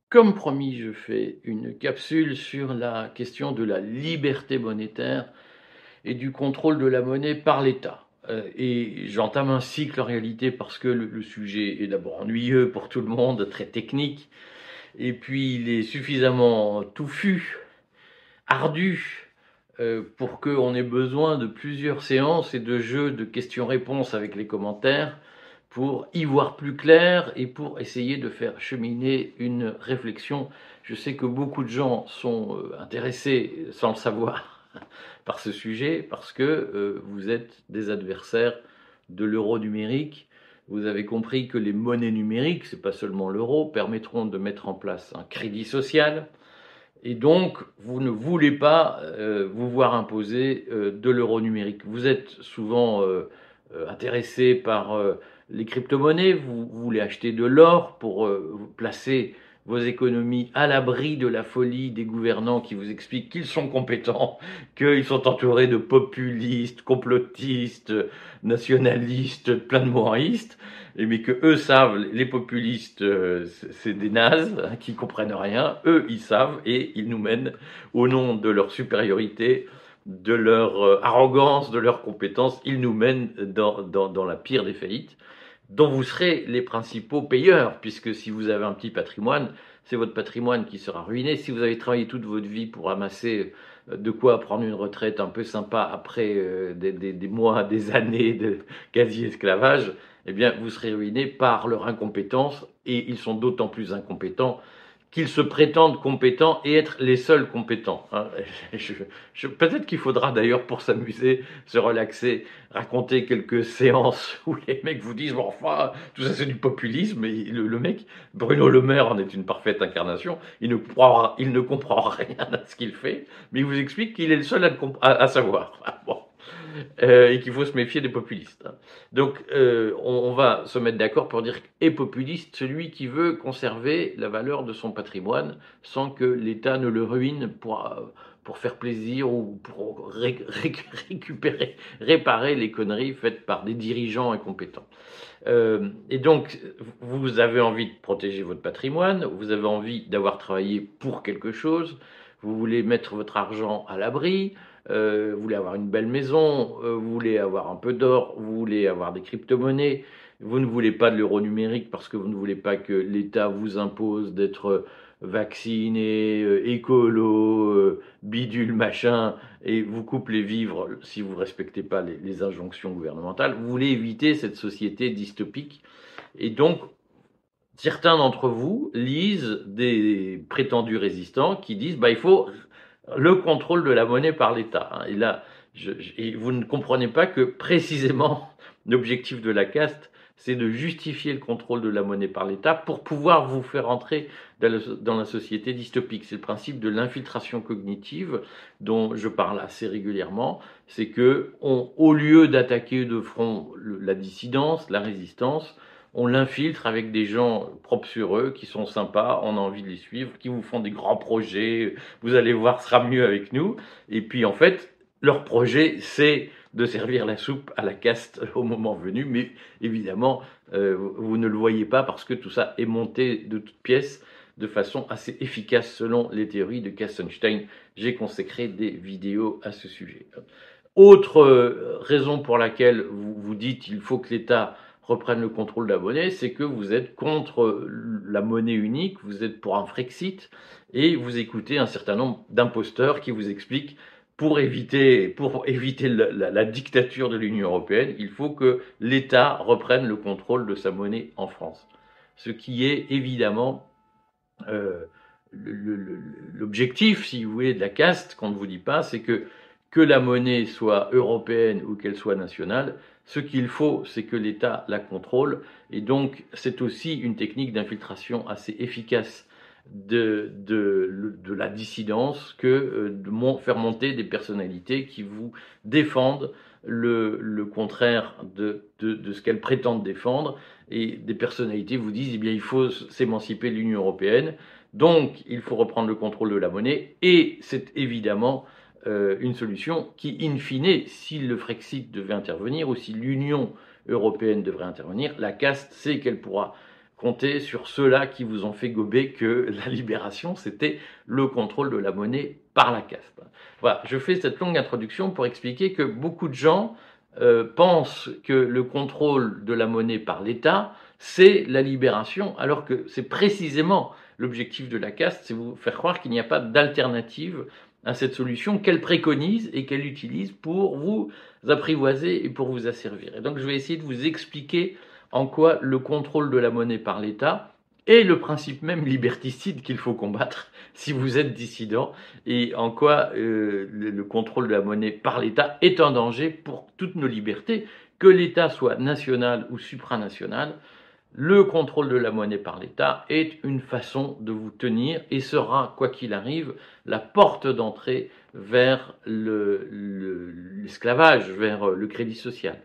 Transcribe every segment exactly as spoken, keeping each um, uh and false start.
Comme promis, je fais une capsule sur la question de la liberté monétaire et du contrôle de la monnaie par l'État. Euh, et j'entame un cycle en réalité parce que le, le sujet est d'abord ennuyeux pour tout le monde, très technique, et puis il est suffisamment touffu, ardu, euh, pour qu'on ait besoin de plusieurs séances et de jeux de questions-réponses avec les commentaires pour y voir plus clair et pour essayer de faire cheminer une réflexion. Je sais que beaucoup de gens sont euh, intéressés, sans le savoir, par ce sujet, parce que euh, vous êtes des adversaires de l'euro numérique. Vous avez compris que les monnaies numériques, c'est pas seulement l'euro, permettront de mettre en place un crédit social. Et donc, vous ne voulez pas euh, vous voir imposer euh, de l'euro numérique. Vous êtes souvent euh, euh, intéressé par euh, les crypto-monnaies, vous, vous voulez acheter de l'or pour euh, placer vos économies à l'abri de la folie des gouvernants qui vous expliquent qu'ils sont compétents, qu'ils sont entourés de populistes, complotistes, nationalistes, plein de moraïstes, mais que eux savent, les populistes, euh, c'est des nazes hein, qui comprennent rien, eux ils savent et ils nous mènent au nom de leur supériorité, de leur euh, arrogance, de leur compétence, ils nous mènent dans, dans, dans la pire des faillites, dont vous serez les principaux payeurs, puisque si vous avez un petit patrimoine, c'est votre patrimoine qui sera ruiné. Si vous avez travaillé toute votre vie pour amasser de quoi prendre une retraite un peu sympa après euh, des, des, des mois, des années de quasi-esclavage, eh bien, vous serez ruiné par leur incompétence, et ils sont d'autant plus incompétents qu'ils se prétendent compétents et être les seuls compétents. Hein. Je, je, peut-être qu'il faudra d'ailleurs, pour s'amuser, se relaxer, raconter quelques séances où les mecs vous disent bon, enfin, tout ça c'est du populisme. Et le, le mec, Bruno Le Maire en est une parfaite incarnation. Il ne comprend, il ne comprend rien à ce qu'il fait, mais il vous explique qu'il est le seul à, à, à savoir. Bon. Euh, et qu'il faut se méfier des populistes. Donc, euh, on, on va se mettre d'accord pour dire est populiste celui qui veut conserver la valeur de son patrimoine sans que l'État ne le ruine pour, pour faire plaisir ou pour ré, ré, récupérer, réparer les conneries faites par des dirigeants incompétents. Euh, et donc, vous avez envie de protéger votre patrimoine, vous avez envie d'avoir travaillé pour quelque chose, vous voulez mettre votre argent à l'abri, euh, vous voulez avoir une belle maison, euh, vous voulez avoir un peu d'or, vous voulez avoir des crypto-monnaies, vous ne voulez pas de l'euro numérique parce que vous ne voulez pas que l'État vous impose d'être vacciné, euh, écolo, euh, bidule, machin, et vous coupe les vivres si vous ne respectez pas les, les injonctions gouvernementales. Vous voulez éviter cette société dystopique. Et donc, certains d'entre vous lisent des prétendus résistants qui disent bah, il faut le contrôle de la monnaie par l'État. Et là, je, je, et vous ne comprenez pas que précisément l'objectif de la caste, c'est de justifier le contrôle de la monnaie par l'État pour pouvoir vous faire entrer dans la, dans la société dystopique. C'est le principe de l'infiltration cognitive dont je parle assez régulièrement. C'est que, on, au lieu d'attaquer de front le, la dissidence, la résistance, on l'infiltre avec des gens propres sur eux, qui sont sympas, on a envie de les suivre, qui vous font des grands projets, vous allez voir, ce sera mieux avec nous. Et puis en fait, leur projet, c'est de servir la soupe à la caste au moment venu, mais évidemment, euh, vous ne le voyez pas parce que tout ça est monté de toutes pièces de façon assez efficace selon les théories de Kassenstein. J'ai consacré des vidéos à ce sujet. Autre raison pour laquelle vous vous dites il faut que l'État reprenne le contrôle de la monnaie, c'est que vous êtes contre la monnaie unique, vous êtes pour un Frexit, et vous écoutez un certain nombre d'imposteurs qui vous expliquent pour éviter, pour éviter la, la, la dictature de l'Union européenne, il faut que l'État reprenne le contrôle de sa monnaie en France. Ce qui est évidemment euh, l'objectif, si vous voulez, de la caste, qu'on ne vous dit pas, c'est que que la monnaie soit européenne ou qu'elle soit nationale, ce qu'il faut, c'est que l'État la contrôle. Et donc, c'est aussi une technique d'infiltration assez efficace de, de, de la dissidence que de faire monter des personnalités qui vous défendent le, le contraire de, de, de ce qu'elles prétendent défendre. Et des personnalités vous disent, eh bien, il faut s'émanciper de l'Union européenne, donc il faut reprendre le contrôle de la monnaie, et c'est évidemment euh, une solution qui, in fine, si le Frexit devait intervenir, ou si l'Union européenne devrait intervenir, la caste sait qu'elle pourra comptez sur ceux-là qui vous ont fait gober que la libération, c'était le contrôle de la monnaie par la caste. Voilà, je fais cette longue introduction pour expliquer que beaucoup de gens euh, pensent que le contrôle de la monnaie par l'État, c'est la libération, alors que c'est précisément l'objectif de la caste, c'est vous faire croire qu'il n'y a pas d'alternative à cette solution qu'elle préconise et qu'elle utilise pour vous apprivoiser et pour vous asservir. Et donc je vais essayer de vous expliquer en quoi le contrôle de la monnaie par l'État est le principe même liberticide qu'il faut combattre si vous êtes dissident, et en quoi euh, le, le contrôle de la monnaie par l'État est un danger pour toutes nos libertés, que l'État soit national ou supranational. Le contrôle de la monnaie par l'État est une façon de vous tenir et sera, quoi qu'il arrive, la porte d'entrée vers le, le, l'esclavage, vers le crédit social.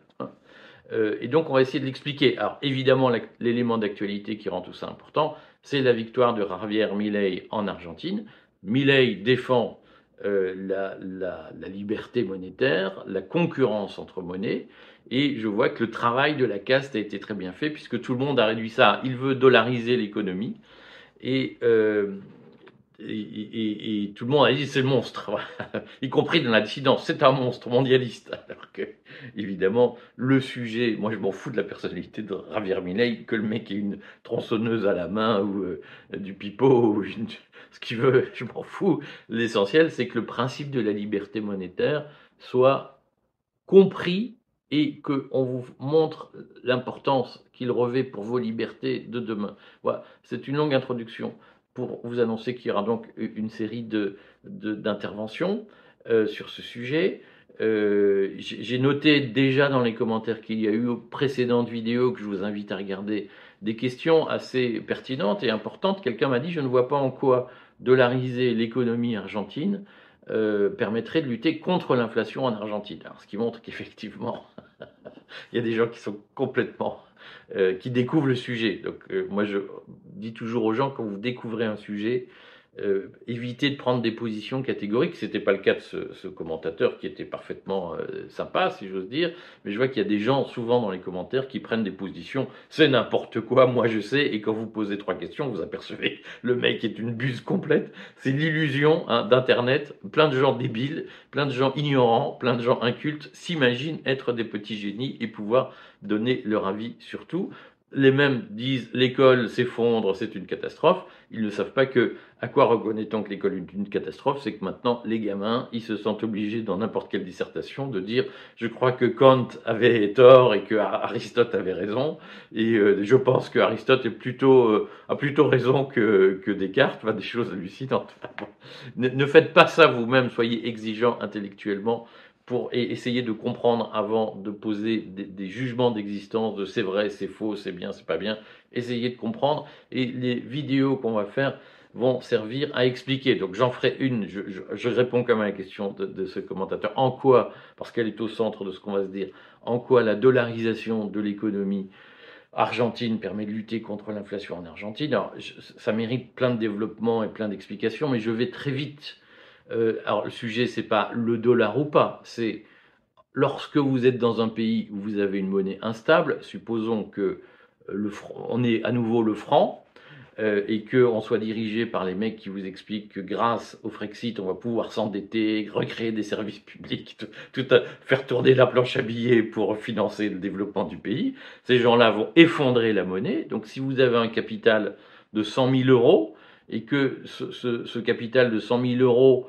Euh, et donc on va essayer de l'expliquer. Alors évidemment, l'élément d'actualité qui rend tout ça important, c'est la victoire de Javier Milei en Argentine. Milei défend euh, la, la, la liberté monétaire, la concurrence entre monnaies, et je vois que le travail de la caste a été très bien fait, puisque tout le monde a réduit ça. Il veut dollariser l'économie, et, euh, et, et, et tout le monde a dit c'est le monstre, y compris dans la dissidence, c'est un monstre mondialiste. Alors que, évidemment, le sujet, moi je m'en fous de la personnalité de Javier Milei, que le mec ait une tronçonneuse à la main ou euh, du pipeau ou une, ce qu'il veut, je m'en fous. L'essentiel, c'est que le principe de la liberté monétaire soit compris et qu'on vous montre l'importance qu'il revêt pour vos libertés de demain. Voilà, c'est une longue introduction pour vous annoncer qu'il y aura donc une série de, de, d'interventions euh, sur ce sujet. Euh, j'ai noté déjà dans les commentaires qu'il y a eu aux précédentes vidéos, que je vous invite à regarder, des questions assez pertinentes et importantes. Quelqu'un m'a dit, je ne vois pas en quoi dollariser l'économie argentine euh, permettrait de lutter contre l'inflation en Argentine. Alors, ce qui montre qu'effectivement, il y a des gens qui sont complètement... Euh, qui découvrent le sujet. Donc euh, moi je dis toujours aux gens, quand vous découvrez un sujet, euh, évitez de prendre des positions catégoriques. C'était pas le cas de ce, ce commentateur qui était parfaitement euh, sympa, si j'ose dire, mais je vois qu'il y a des gens souvent dans les commentaires qui prennent des positions, c'est n'importe quoi, moi je sais, et quand vous posez trois questions, vous apercevez le mec est une buse complète. C'est l'illusion hein, d'internet. Plein de gens débiles, plein de gens ignorants, plein de gens incultes s'imaginent être des petits génies et pouvoir donner leur avis sur tout. Les mêmes disent l'école s'effondre, c'est une catastrophe. Ils ne savent pas que, à quoi reconnaît-on que l'école est une catastrophe? C'est que maintenant, les gamins, ils se sentent obligés dans n'importe quelle dissertation de dire je crois que Kant avait tort et que Aristote avait raison. Et euh, je pense que Aristote est plutôt, euh, a plutôt raison que, que Descartes. Enfin, des choses hallucinantes. Bon. Ne, ne faites pas ça vous-même, soyez exigeants intellectuellement pour essayer de comprendre avant de poser des, des jugements d'existence de c'est vrai, c'est faux, c'est bien, c'est pas bien. Essayez de comprendre et les vidéos qu'on va faire vont servir à expliquer. Donc j'en ferai une, je, je, je réponds quand même à la question de, de ce commentateur. En quoi, parce qu'elle est au centre de ce qu'on va se dire, en quoi la dollarisation de l'économie argentine permet de lutter contre l'inflation en Argentine. Alors je, ça mérite plein de développement et plein d'explications, mais je vais très vite. Euh, alors le sujet, c'est pas le dollar ou pas, c'est lorsque vous êtes dans un pays où vous avez une monnaie instable, supposons que le franc, on est à nouveau le franc, euh, et qu'on soit dirigé par les mecs qui vous expliquent que grâce au Frexit, on va pouvoir s'endetter, recréer des services publics, tout, tout à, faire tourner la planche à billets pour financer le développement du pays. Ces gens-là vont effondrer la monnaie. Donc si vous avez un capital de cent mille euros, et que ce, ce, ce capital de cent mille euros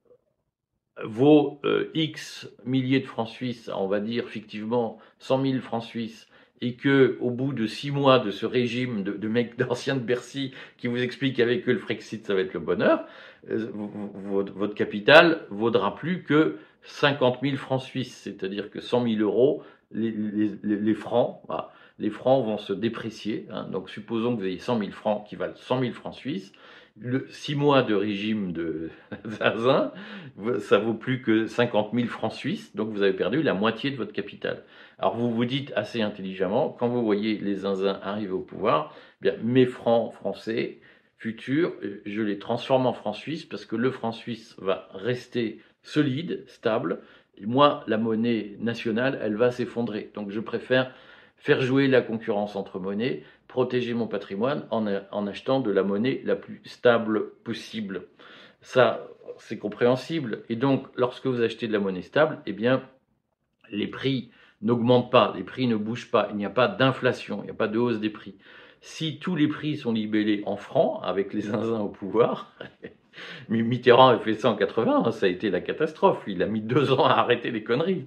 vaut euh, X milliers de francs suisses, on va dire fictivement cent mille francs suisses, et que au bout de six mois de ce régime de, de mecs d'anciens de Bercy qui vous expliquent qu'avec eux le Frexit ça va être le bonheur, euh, votre, votre capital vaudra plus que cinquante mille francs suisses, c'est-à-dire que cent mille euros, les, les, les, les francs, voilà, les francs vont se déprécier. Hein, donc supposons que vous ayez cent mille francs qui valent cent mille francs suisses. Le six mois de régime de Zinzin, ça vaut plus que cinquante mille francs suisses, donc vous avez perdu la moitié de votre capital. Alors vous vous dites assez intelligemment, quand vous voyez les Zinzins arriver au pouvoir, eh bien mes francs français futurs, je les transforme en francs suisses parce que le franc suisse va rester solide, stable, et moi, la monnaie nationale, elle va s'effondrer. Donc je préfère faire jouer la concurrence entre monnaies, protéger mon patrimoine en, en achetant de la monnaie la plus stable possible. Ça, c'est compréhensible. Et donc, lorsque vous achetez de la monnaie stable, eh bien, les prix n'augmentent pas, les prix ne bougent pas, il n'y a pas d'inflation, il n'y a pas de hausse des prix. Si tous les prix sont libellés en francs, avec les zinzins au pouvoir, Mitterrand a fait ça en quatre-vingts, hein, ça a été la catastrophe, il a mis deux ans à arrêter les conneries.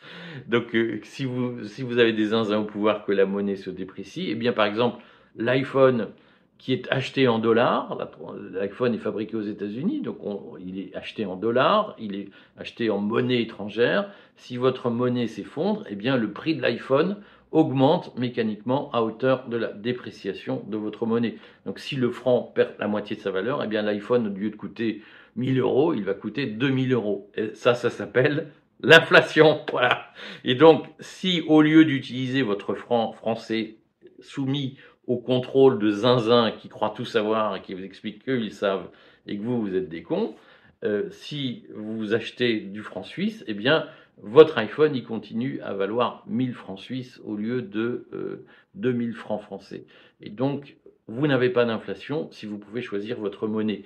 Donc euh, si, vous, si vous avez des zinzins au pouvoir, que la monnaie se déprécie, eh bien par exemple l'iPhone qui est acheté en dollars, l'iPhone est fabriqué aux États-Unis, donc on, il est acheté en dollars, il est acheté en monnaie étrangère. Si votre monnaie s'effondre, eh bien le prix de l'iPhone augmente mécaniquement à hauteur de la dépréciation de votre monnaie. Donc si le franc perd la moitié de sa valeur, eh bien l'iPhone, au lieu de coûter mille euros, il va coûter deux mille euros. Et ça, ça s'appelle l'inflation. Voilà. Et donc, si au lieu d'utiliser votre franc français soumis au contrôle de zinzins qui croient tout savoir et qui vous expliquent qu'ils savent et que vous, vous êtes des cons, euh, si vous achetez du franc suisse, eh bien, votre iPhone, il continue à valoir mille francs suisses au lieu de euh, deux mille francs français. Et donc, vous n'avez pas d'inflation si vous pouvez choisir votre monnaie.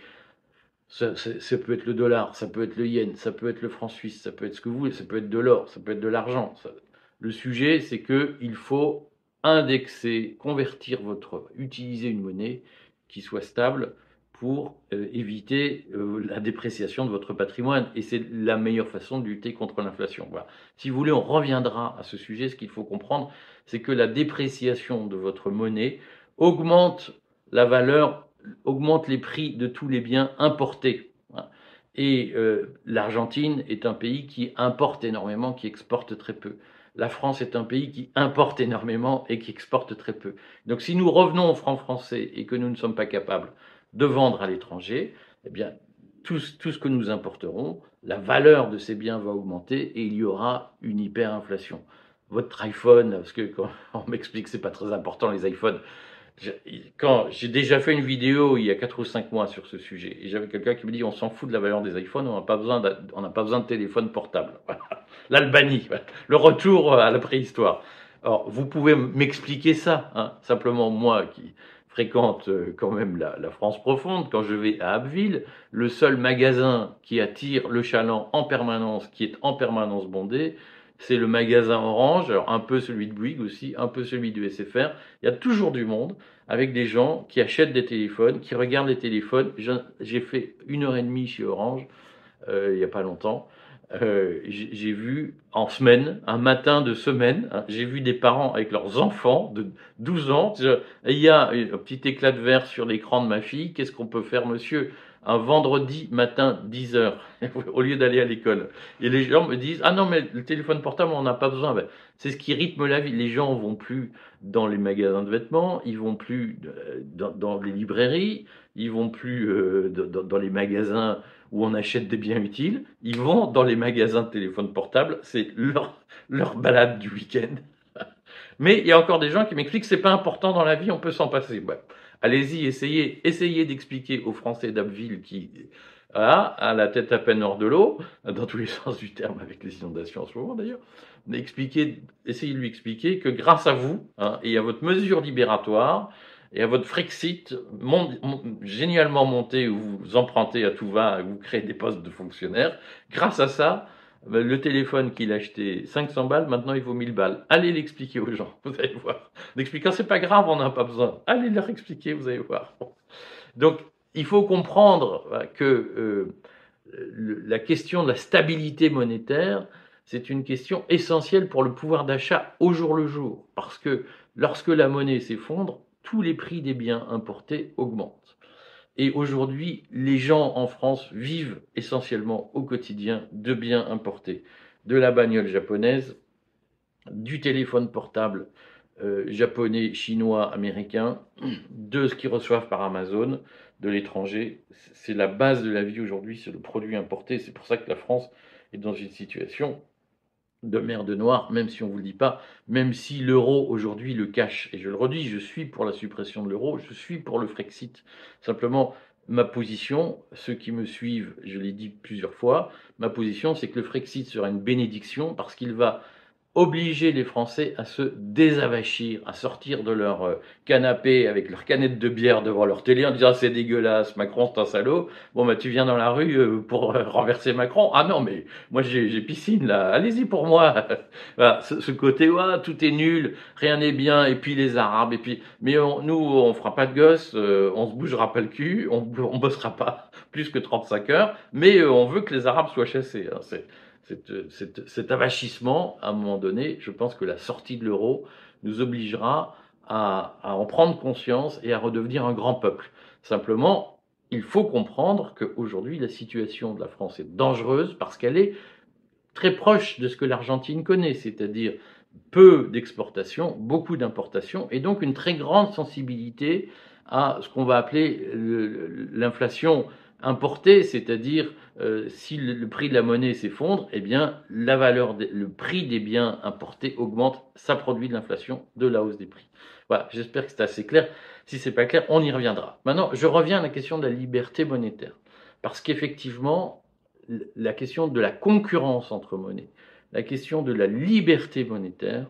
Ça, ça, ça peut être le dollar, ça peut être le yen, ça peut être le franc suisse, ça peut être ce que vous voulez, ça peut être de l'or, ça peut être de l'argent. Le sujet, c'est qu'il faut indexer, convertir votre, utiliser une monnaie qui soit stable pour euh, éviter euh, la dépréciation de votre patrimoine. Et c'est la meilleure façon de lutter contre l'inflation. Voilà. Si vous voulez, on reviendra à ce sujet. Ce qu'il faut comprendre, c'est que la dépréciation de votre monnaie augmente la valeur, augmente les prix de tous les biens importés. Voilà. Et euh, l'Argentine est un pays qui importe énormément, qui exporte très peu. La France est un pays qui importe énormément et qui exporte très peu. Donc si nous revenons au franc français et que nous ne sommes pas capables de vendre à l'étranger, eh bien, tout, tout ce que nous importerons, la valeur de ces biens va augmenter et il y aura une hyperinflation. Votre iPhone, parce que quand on m'explique que c'est pas très important les iPhones, quand j'ai déjà fait une vidéo il y a quatre ou cinq mois sur ce sujet, et j'avais quelqu'un qui me dit on s'en fout de la valeur des iPhones, on n'a pas besoin de, on n'a pas besoin de téléphone portable. L'Albanie, le retour à la préhistoire. Alors vous pouvez m'expliquer ça, hein, simplement moi qui fréquente quand même la, la France profonde, quand je vais à Abbeville, le seul magasin qui attire le chaland en permanence, qui est en permanence bondé, c'est le magasin Orange, alors un peu celui de Bouygues aussi, un peu celui du S F R. Il y a toujours du monde avec des gens qui achètent des téléphones, qui regardent les téléphones. J'ai fait une heure et demie chez Orange euh, il n'y a pas longtemps. Euh, j'ai vu en semaine, un matin de semaine, hein, j'ai vu des parents avec leurs enfants de douze ans. Il y a un petit éclat de verre sur l'écran de ma fille. Qu'est-ce qu'on peut faire, monsieur? Un vendredi matin, dix heures, au lieu d'aller à l'école. Et les gens me disent, ah non, mais le téléphone portable, on n'a pas besoin. Ben, c'est ce qui rythme la vie. Les gens vont plus dans les magasins de vêtements, ils vont plus dans, dans les librairies, ils vont plus euh, dans, dans les magasins où on achète des biens utiles, ils vont dans les magasins de téléphones portables, c'est leur, leur balade du week-end. Mais il y a encore des gens qui m'expliquent que c'est pas important dans la vie, on peut s'en passer. Ouais. Allez-y, essayez, essayez d'expliquer aux Français d'Abbeville qui a à la tête à peine hors de l'eau, dans tous les sens du terme, avec les inondations en ce moment d'ailleurs, expliquez, essayez de lui expliquer que grâce à vous hein, et à votre mesure libératoire, et à votre Frexit mon, mon, génialement monté, où vous empruntez à tout va, vous créez des postes de fonctionnaires, grâce à ça, le téléphone qu'il a acheté cinq cents balles, maintenant il vaut mille balles. Allez l'expliquer aux gens, vous allez voir. D'expliquer, c'est pas grave, on n'a pas besoin. Allez leur expliquer, vous allez voir. Donc, il faut comprendre que euh, le, la question de la stabilité monétaire, c'est une question essentielle pour le pouvoir d'achat au jour le jour. Parce que lorsque la monnaie s'effondre, tous les prix des biens importés augmentent. Et aujourd'hui, les gens en France vivent essentiellement au quotidien de biens importés. De la bagnole japonaise, du téléphone portable euh, japonais, chinois, américain, de ce qu'ils reçoivent par Amazon, de l'étranger. C'est la base de la vie aujourd'hui, c'est le produit importé. C'est pour ça que la France est dans une situation de merde noire, même si on ne vous le dit pas, même si l'euro aujourd'hui le cache. Et je le redis, je suis pour la suppression de l'euro, je suis pour le Frexit. Simplement, ma position, ceux qui me suivent, je l'ai dit plusieurs fois, ma position c'est que le Frexit sera une bénédiction parce qu'il va obliger les Français à se désavachir, à sortir de leur euh, canapé avec leur canette de bière devant leur télé en disant ah, c'est dégueulasse, Macron c'est un salaud. Bon bah tu viens dans la rue euh, pour euh, renverser Macron. Ah non mais moi j'ai, j'ai piscine là, allez-y pour moi. Voilà, ce, ce côté ouais, tout est nul, rien n'est bien et puis les Arabes et puis mais on, nous on fera pas de gosses, euh, on se bougera pas le cul, on, on bossera pas plus que trente-cinq heures, mais euh, on veut que les Arabes soient chassés. Hein, c'est Cet, cet, cet avachissement, à un moment donné, je pense que la sortie de l'euro nous obligera à, à en prendre conscience et à redevenir un grand peuple. Simplement, il faut comprendre qu'aujourd'hui, la situation de la France est dangereuse parce qu'elle est très proche de ce que l'Argentine connaît, c'est-à-dire peu d'exportation, beaucoup d'importation, et donc une très grande sensibilité à ce qu'on va appeler l'inflation importée, c'est-à-dire euh, si le, le prix de la monnaie s'effondre, eh bien la valeur, de, le prix des biens importés augmente, ça produit de l'inflation, de la hausse des prix. Voilà, j'espère que c'est assez clair. Si c'est pas clair, on y reviendra. Maintenant, je reviens à la question de la liberté monétaire, parce qu'effectivement, la question de la concurrence entre monnaies, la question de la liberté monétaire,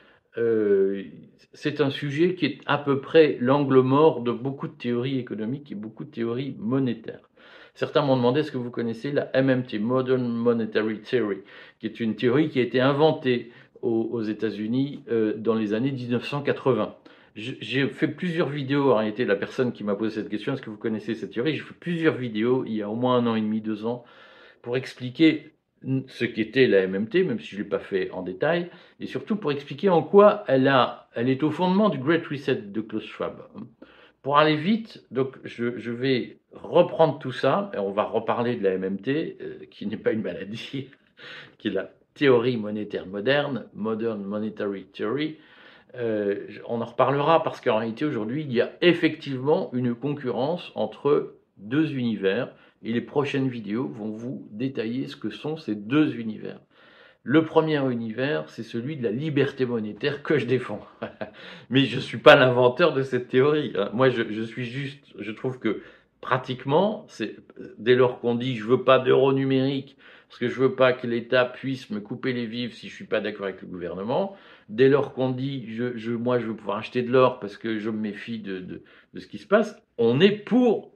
euh, c'est un sujet qui est à peu près l'angle mort de beaucoup de théories économiques et beaucoup de théories monétaires. Certains m'ont demandé est-ce que vous connaissez la M M T, Modern Monetary Theory, qui est une théorie qui a été inventée aux, aux États-Unis euh, dans les années dix-neuf cent quatre-vingts. J'ai fait plusieurs vidéos, en réalité, la personne qui m'a posé cette question, est-ce que vous connaissez cette théorie? J'ai fait plusieurs vidéos, il y a au moins un an et demi, deux ans, pour expliquer ce qu'était la M M T, même si je ne l'ai pas fait en détail, et surtout pour expliquer en quoi elle, a, elle est au fondement du Great Reset de Klaus Schwab. Pour aller vite, donc je, je vais reprendre tout ça, et on va reparler de la M M T, euh, qui n'est pas une maladie, qui est la théorie monétaire moderne, Modern Monetary Theory. Euh, on en reparlera parce qu'en réalité aujourd'hui, il y a effectivement une concurrence entre deux univers, et les prochaines vidéos vont vous détailler ce que sont ces deux univers. Le premier univers, c'est celui de la liberté monétaire que je défends. Mais je ne suis pas l'inventeur de cette théorie. Moi, je, je suis juste, je trouve que pratiquement, c'est, dès lors qu'on dit je veux pas d'euro numérique, parce que je veux pas que l'État puisse me couper les vivres si je suis pas d'accord avec le gouvernement, dès lors qu'on dit je, je, moi je veux pouvoir acheter de l'or parce que je me méfie de, de, de ce qui se passe, on est pour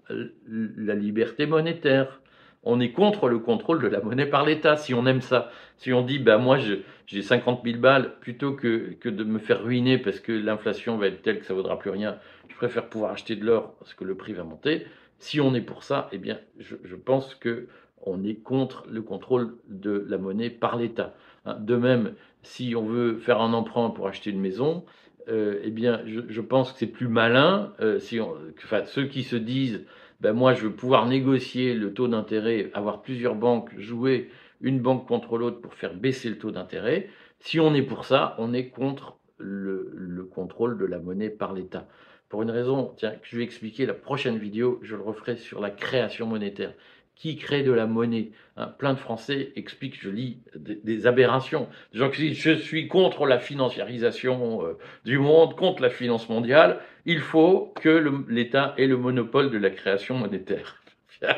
la liberté monétaire. On est contre le contrôle de la monnaie par l'État, si on aime ça. Si on dit, bah moi je, j'ai cinquante mille balles, plutôt que, que de me faire ruiner parce que l'inflation va être telle que ça ne vaudra plus rien, je préfère pouvoir acheter de l'or parce que le prix va monter. Si on est pour ça, eh bien, je, je pense qu'on est contre le contrôle de la monnaie par l'État. De même, si on veut faire un emprunt pour acheter une maison, euh, eh bien, je, je pense que c'est plus malin, euh, si on, enfin, ceux qui se disent ben moi je veux pouvoir négocier le taux d'intérêt, avoir plusieurs banques, jouer une banque contre l'autre pour faire baisser le taux d'intérêt. Si on est pour ça, on est contre le, le contrôle de la monnaie par l'État. Pour une raison, tiens, que je vais expliquer la prochaine vidéo, je le referai sur la création monétaire. Qui crée de la monnaie? Hein, plein de Français expliquent, je lis, des, des aberrations. Des gens qui disent je suis contre la financiarisation euh, du monde, contre la finance mondiale. Il faut que l'État ait le monopole de la création monétaire. Je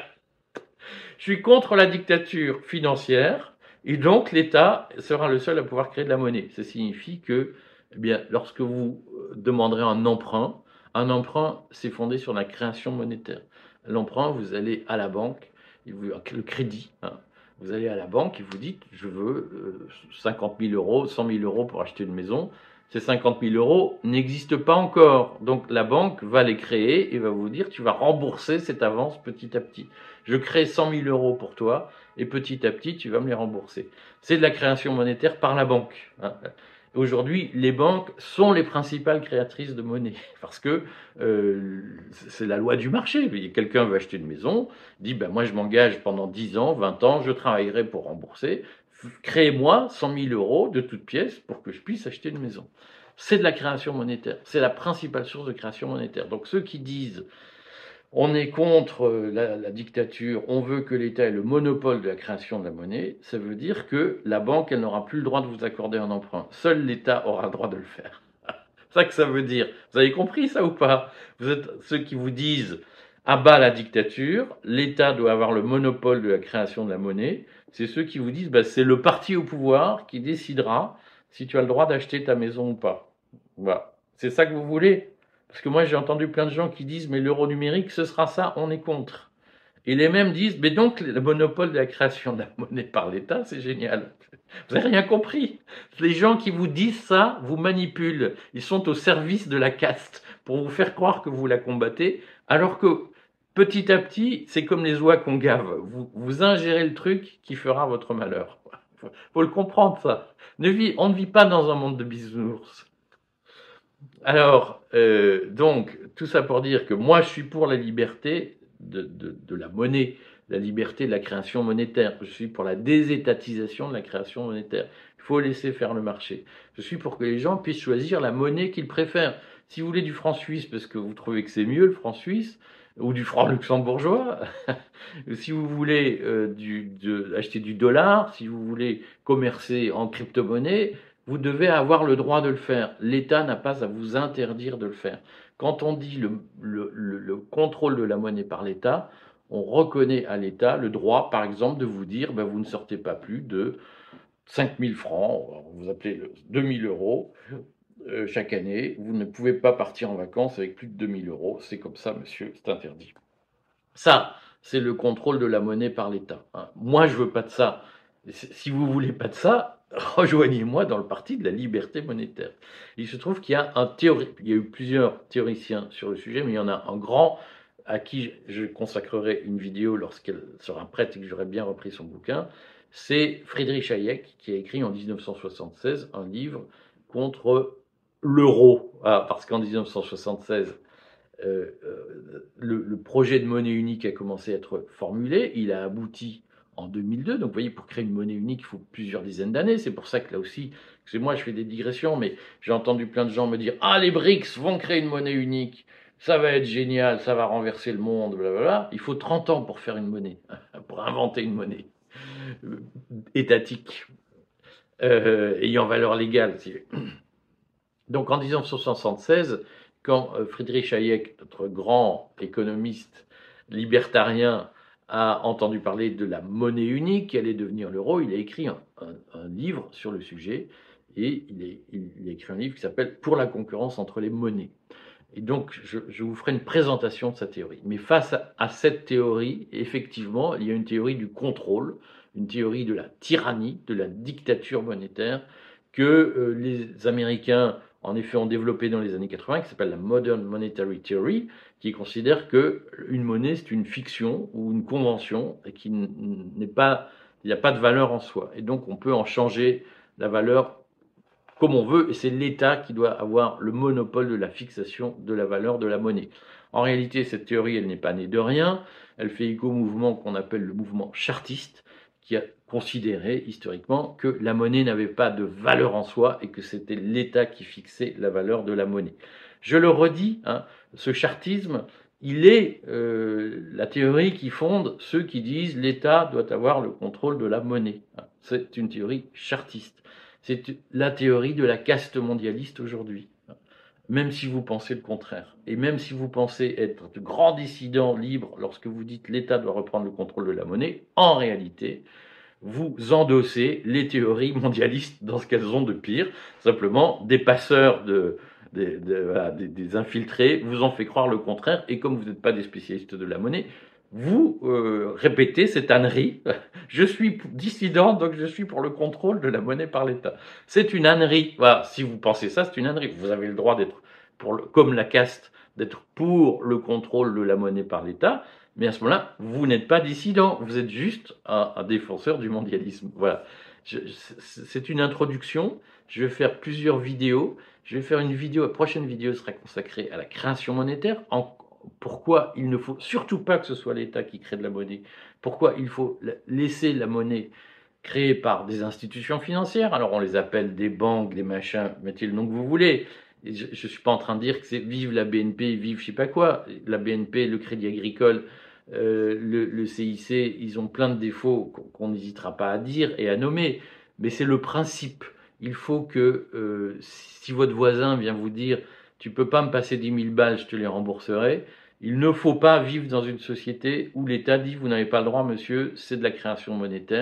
suis contre la dictature financière et donc l'État sera le seul à pouvoir créer de la monnaie. Ça signifie que, eh bien, lorsque vous demanderez un emprunt, un emprunt, c'est fondé sur la création monétaire. L'emprunt, vous allez à la banque, le crédit, hein, vous allez à la banque et vous dites je veux cinquante mille euros, cent mille euros pour acheter une maison. Ces cinquante mille euros n'existent pas encore. Donc la banque va les créer et va vous dire tu vas rembourser cette avance petit à petit. Je crée cent mille euros pour toi et petit à petit tu vas me les rembourser. C'est de la création monétaire par la banque. Hein. Aujourd'hui, les banques sont les principales créatrices de monnaie parce que euh, c'est la loi du marché. Quelqu'un veut acheter une maison, dit ben moi je m'engage pendant dix ans, vingt ans, je travaillerai pour rembourser. Créez-moi cent mille euros de toutes pièces pour que je puisse acheter une maison. C'est de la création monétaire. C'est la principale source de création monétaire. Donc ceux qui disent on est contre la, la dictature, on veut que l'État ait le monopole de la création de la monnaie, ça veut dire que la banque, elle n'aura plus le droit de vous accorder un emprunt. Seul l'État aura le droit de le faire. C'est ça que ça veut dire. Vous avez compris ça ou pas? Vous êtes ceux qui vous disent à bas la dictature, l'État doit avoir le monopole de la création de la monnaie. C'est ceux qui vous disent bah, c'est le parti au pouvoir qui décidera si tu as le droit d'acheter ta maison ou pas. Voilà. C'est ça que vous voulez? Parce que moi, j'ai entendu plein de gens qui disent, mais l'euro numérique, ce sera ça, on est contre. Et les mêmes disent, mais donc le monopole de la création de la monnaie par l'État, c'est génial. Vous n'avez rien compris. Les gens qui vous disent ça vous manipulent. Ils sont au service de la caste pour vous faire croire que vous la combattez, alors que petit à petit, c'est comme les oies qu'on gave. Vous, vous ingérez le truc qui fera votre malheur. Faut, faut le comprendre, ça. Ne vit, on ne vit pas dans un monde de bisounours. Alors, euh, donc, tout ça pour dire que moi, je suis pour la liberté de, de, de la monnaie, la liberté de la création monétaire. Je suis pour la désétatisation de la création monétaire. Il faut laisser faire le marché. Je suis pour que les gens puissent choisir la monnaie qu'ils préfèrent. Si vous voulez du franc suisse parce que vous trouvez que c'est mieux le franc suisse, ou du franc luxembourgeois, si vous voulez euh, du, de, acheter du dollar, si vous voulez commercer en crypto-monnaie, vous devez avoir le droit de le faire. L'État n'a pas à vous interdire de le faire. Quand on dit le, le, le, le contrôle de la monnaie par l'État, on reconnaît à l'État le droit, par exemple, de vous dire ben, vous ne sortez pas plus de cinq mille francs, vous appelez le deux mille euros euh, chaque année. Vous ne pouvez pas partir en vacances avec plus de deux mille euros. C'est comme ça, monsieur, c'est interdit. Ça, c'est le contrôle de la monnaie par l'État. Hein. Moi, je veux pas de ça. Si vous voulez pas de ça, rejoignez-moi dans le parti de la liberté monétaire. Il se trouve qu'il y a un théorie, il y a eu plusieurs théoriciens sur le sujet, mais il y en a un grand à qui je consacrerai une vidéo lorsqu'elle sera prête et que j'aurai bien repris son bouquin. C'est Friedrich Hayek qui a écrit en dix-neuf cent soixante-seize un livre contre l'euro. Ah, parce qu'en dix-neuf cent soixante-seize, euh, euh, le, le projet de monnaie unique a commencé à être formulé. Il a abouti en deux mille deux. Donc, vous voyez, pour créer une monnaie unique, il faut plusieurs dizaines d'années. C'est pour ça que là aussi, excusez-moi, je fais des digressions, mais j'ai entendu plein de gens me dire « Ah, les BRICS vont créer une monnaie unique, ça va être génial, ça va renverser le monde, blablabla. » Il faut trente ans pour faire une monnaie, pour inventer une monnaie étatique, euh, ayant valeur légale. Donc, en dix-neuf cent soixante-seize, quand Friedrich Hayek, notre grand économiste libertarien, a entendu parler de la monnaie unique qui allait devenir l'euro, il a écrit un, un, un livre sur le sujet, et il, est, il a écrit un livre qui s'appelle « Pour la concurrence entre les monnaies ». Et donc, je, je vous ferai une présentation de sa théorie. Mais face à, à cette théorie, effectivement, il y a une théorie du contrôle, une théorie de la tyrannie, de la dictature monétaire, que euh, les Américains, en effet, ont développé dans les années quatre-vingts, qui s'appelle la Modern Monetary Theory, qui considère qu'une monnaie, c'est une fiction ou une convention, et qui n'est pas, il n'y a pas de valeur en soi. Et donc, on peut en changer la valeur comme on veut, et c'est l'État qui doit avoir le monopole de la fixation de la valeur de la monnaie. En réalité, cette théorie, elle n'est pas née de rien, elle fait écho au mouvement qu'on appelle le mouvement chartiste, qui a considéré historiquement que la monnaie n'avait pas de valeur en soi et que c'était l'État qui fixait la valeur de la monnaie. Je le redis, hein, ce chartisme, il est euh, la théorie qui fonde ceux qui disent l'État doit avoir le contrôle de la monnaie. C'est une théorie chartiste. C'est la théorie de la caste mondialiste aujourd'hui. Même si vous pensez le contraire, et même si vous pensez être de grands dissidents libres lorsque vous dites l'État doit reprendre le contrôle de la monnaie, en réalité, vous endossez les théories mondialistes dans ce qu'elles ont de pire. Simplement, des passeurs, de, de, de, voilà, des, des infiltrés vous ont fait croire le contraire, et comme vous n'êtes pas des spécialistes de la monnaie, vous euh, répétez cette ânerie. Je suis dissident, donc je suis pour le contrôle de la monnaie par l'État. C'est une ânerie. Voilà, si vous pensez ça, c'est une ânerie. Vous avez le droit d'être, pour le, comme la caste, d'être pour le contrôle de la monnaie par l'État, mais à ce moment-là, vous n'êtes pas dissident. Vous êtes juste un, un défenseur du mondialisme. Voilà. Je, c'est une introduction. Je vais faire plusieurs vidéos. Je vais faire une vidéo, la prochaine vidéo sera consacrée à la création monétaire, en pourquoi il ne faut surtout pas que ce soit l'État qui crée de la monnaie, pourquoi il faut laisser la monnaie créée par des institutions financières, alors on les appelle des banques, des machins, mettez le nom que vous voulez, et je ne suis pas en train de dire que c'est vive la B N P, vive je sais pas quoi, la B N P, le Crédit Agricole, euh, le, le C I C, ils ont plein de défauts qu'on n'hésitera pas à dire et à nommer, mais c'est le principe. Il faut que euh, si votre voisin vient vous dire tu peux pas me passer dix mille balles, je te les rembourserai. Il ne faut pas vivre dans une société où l'État dit vous n'avez pas le droit, monsieur, c'est de la création monétaire,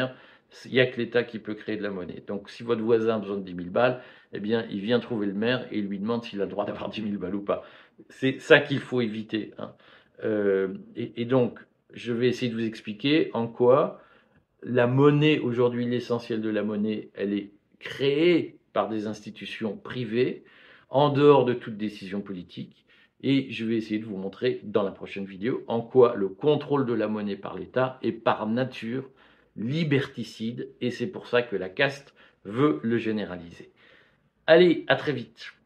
il n'y a que l'État qui peut créer de la monnaie. Donc si votre voisin a besoin de dix mille balles, eh bien il vient trouver le maire et il lui demande s'il a le droit d'avoir dix mille balles ou pas. C'est ça qu'il faut éviter. Hein. Euh, et, et donc, je vais essayer de vous expliquer en quoi la monnaie, aujourd'hui, l'essentiel de la monnaie, elle est créée par des institutions privées, en dehors de toute décision politique. Et je vais essayer de vous montrer dans la prochaine vidéo en quoi le contrôle de la monnaie par l'État est par nature liberticide, et c'est pour ça que la caste veut le généraliser. Allez, à très vite.